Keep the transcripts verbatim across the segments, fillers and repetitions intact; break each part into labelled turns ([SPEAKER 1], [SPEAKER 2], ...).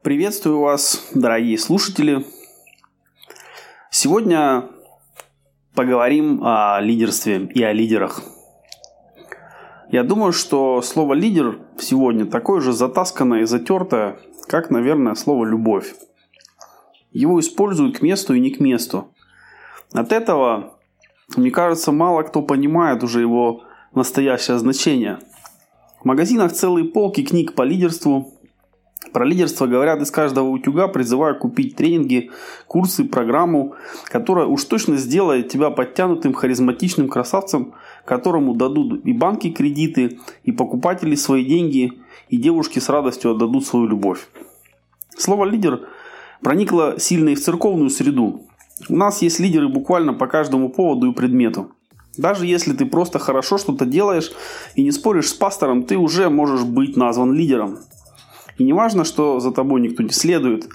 [SPEAKER 1] Приветствую вас, дорогие слушатели. Сегодня поговорим о лидерстве и о лидерах. Я думаю, что слово «лидер» сегодня такое же затасканное и затертое, как, наверное, слово «любовь». Его используют к месту и не к месту. От этого, мне кажется, мало кто понимает уже его настоящее значение. В магазинах целые полки книг по лидерству. Про лидерство говорят из каждого утюга, призывая купить тренинги, курсы, программу, которая уж точно сделает тебя подтянутым, харизматичным красавцем, которому дадут и банки кредиты, и покупатели свои деньги, и девушки с радостью отдадут свою любовь. Слово «лидер» проникло сильно и в церковную среду. У нас есть лидеры буквально по каждому поводу и предмету. Даже если ты просто хорошо что-то делаешь и не споришь с пастором, ты уже можешь быть назван лидером. И не важно, что за тобой никто не следует.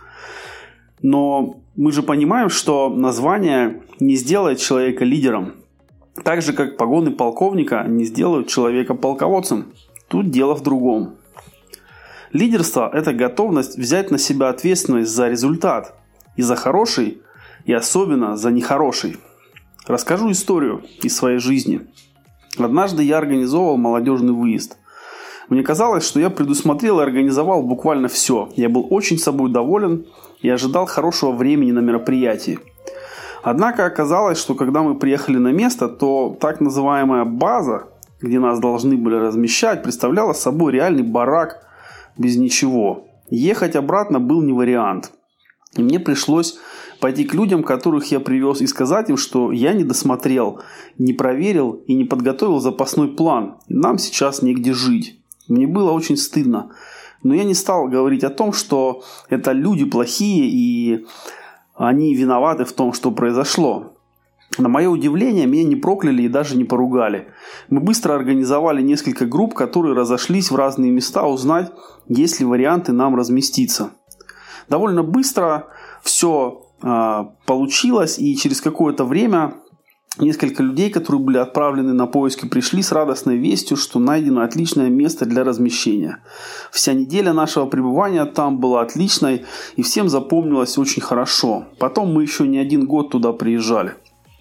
[SPEAKER 1] Но мы же понимаем, что название не сделает человека лидером. Так же, как погоны полковника не сделают человека полководцем. Тут дело в другом. Лидерство – это готовность взять на себя ответственность за результат. И за хороший, и особенно за нехороший. Расскажу историю из своей жизни. Однажды я организовал молодежный выезд. Мне казалось, что я предусмотрел и организовал буквально все. Я был очень собой доволен и ожидал хорошего времени на мероприятии. Однако оказалось, что когда мы приехали на место, то так называемая база, где нас должны были размещать, представляла собой реальный барак без ничего. Ехать обратно был не вариант. И мне пришлось пойти к людям, которых я привез, и сказать им, что я не досмотрел, не проверил и не подготовил запасной план. И нам сейчас негде жить. Мне было очень стыдно. Но я не стал говорить о том, что это люди плохие и они виноваты в том, что произошло. На мое удивление, меня не прокляли и даже не поругали. Мы быстро организовали несколько групп, которые разошлись в разные места узнать, есть ли варианты нам разместиться. Довольно быстро все э, получилось, и через какое-то время несколько людей, которые были отправлены на поиски, пришли с радостной вестью, что найдено отличное место для размещения. Вся неделя нашего пребывания там была отличной и всем запомнилось очень хорошо. Потом мы еще не один год туда приезжали.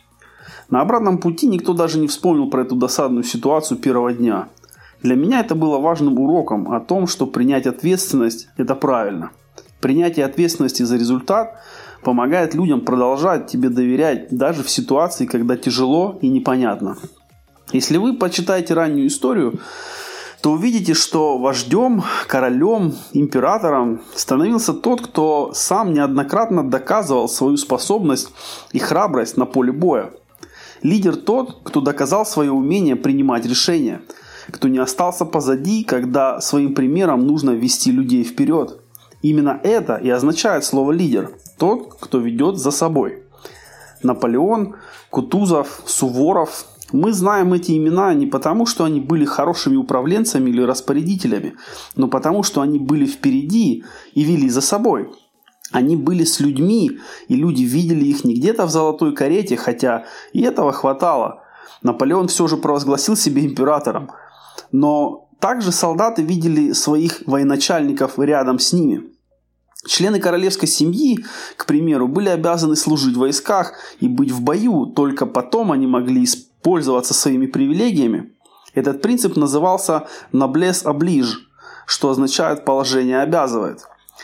[SPEAKER 1] На обратном пути никто даже не вспомнил про эту досадную ситуацию первого дня. Для меня это было важным уроком о том, что принять ответственность – это правильно. Принятие ответственности за результат помогает людям продолжать тебе доверять даже в ситуации, когда тяжело и непонятно. Если вы почитаете раннюю историю, то увидите, что вождем, королем, императором становился тот, кто сам неоднократно доказывал свою способность и храбрость на поле боя. Лидер тот, кто доказал свое умение принимать решения, кто не остался позади, когда своим примером нужно вести людей вперед. Именно это и означает слово «лидер». Тот, кто ведет за собой. Наполеон, Кутузов, Суворов. Мы знаем эти имена не потому, что они были хорошими управленцами или распорядителями, но потому, что они были впереди и вели за собой. Они были с людьми, и люди видели их не где-то в золотой карете, хотя и этого хватало. Наполеон все же провозгласил себя императором. Но также солдаты видели своих военачальников рядом с ними. Члены королевской семьи, к примеру, были обязаны служить в войсках и быть в бою, только потом они могли пользоваться своими привилегиями. Этот принцип назывался «noblesse oblige», что означает «положение обязывает».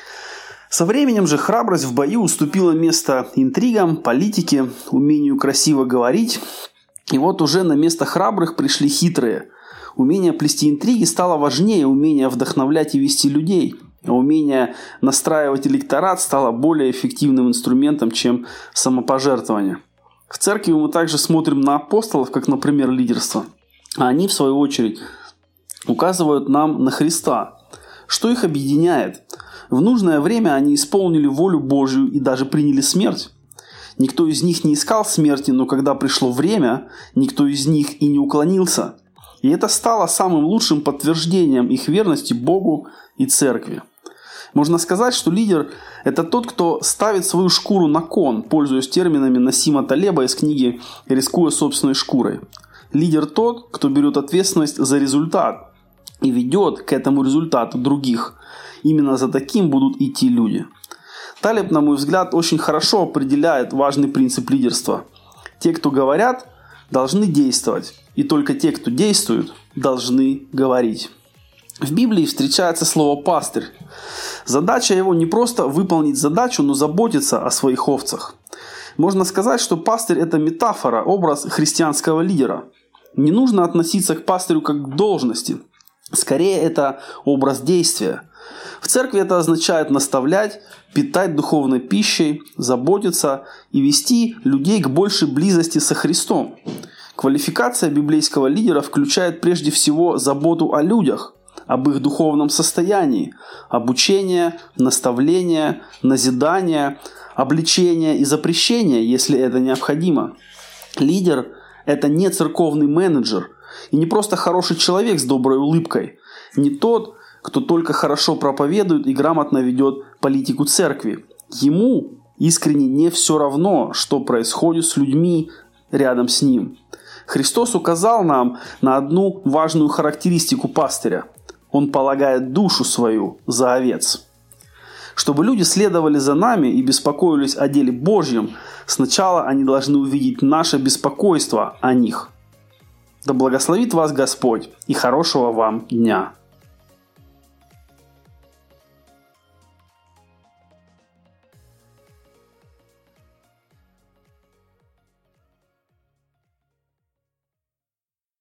[SPEAKER 1] Со временем же храбрость в бою уступила место интригам, политике, умению красиво говорить. И вот уже на место храбрых пришли хитрые. Умение плести интриги стало важнее умения вдохновлять и вести людей. А умение настраивать электорат стало более эффективным инструментом, чем самопожертвование. В церкви мы также смотрим на апостолов, как, например, лидерство. А они, в свою очередь, указывают нам на Христа. Что их объединяет? В нужное время они исполнили волю Божью и даже приняли смерть. Никто из них не искал смерти, но когда пришло время, никто из них и не уклонился. И это стало самым лучшим подтверждением их верности Богу и церкви. Можно сказать, что лидер – это тот, кто ставит свою шкуру на кон, пользуясь терминами Насима Талеба из книги «Рискуя собственной шкурой». Лидер тот, кто берет ответственность за результат, и ведет к этому результату других. Именно за таким будут идти люди. Талеб, на мой взгляд, очень хорошо определяет важный принцип лидерства. Те, кто говорят, должны действовать, и только те, кто действуют, должны говорить. В Библии встречается слово «пастырь». Задача его не просто выполнить задачу, но заботиться о своих овцах. Можно сказать, что пастырь – это метафора, образ христианского лидера. Не нужно относиться к пастырю как к должности. Скорее, это образ действия. В церкви это означает наставлять, питать духовной пищей, заботиться и вести людей к большей близости со Христом. Квалификация библейского лидера включает прежде всего заботу о людях, об их духовном состоянии, обучение, наставление, назидание, обличение и запрещение, если это необходимо. Лидер – это не церковный менеджер и не просто хороший человек с доброй улыбкой, не тот, кто только хорошо проповедует и грамотно ведет политику церкви. Ему искренне не все равно, что происходит с людьми рядом с ним. Христос указал нам на одну важную характеристику пастыря. Он полагает душу свою за овец. Чтобы люди следовали за нами и беспокоились о деле Божьем, сначала они должны увидеть наше беспокойство о них. Да благословит вас Господь и хорошего вам дня.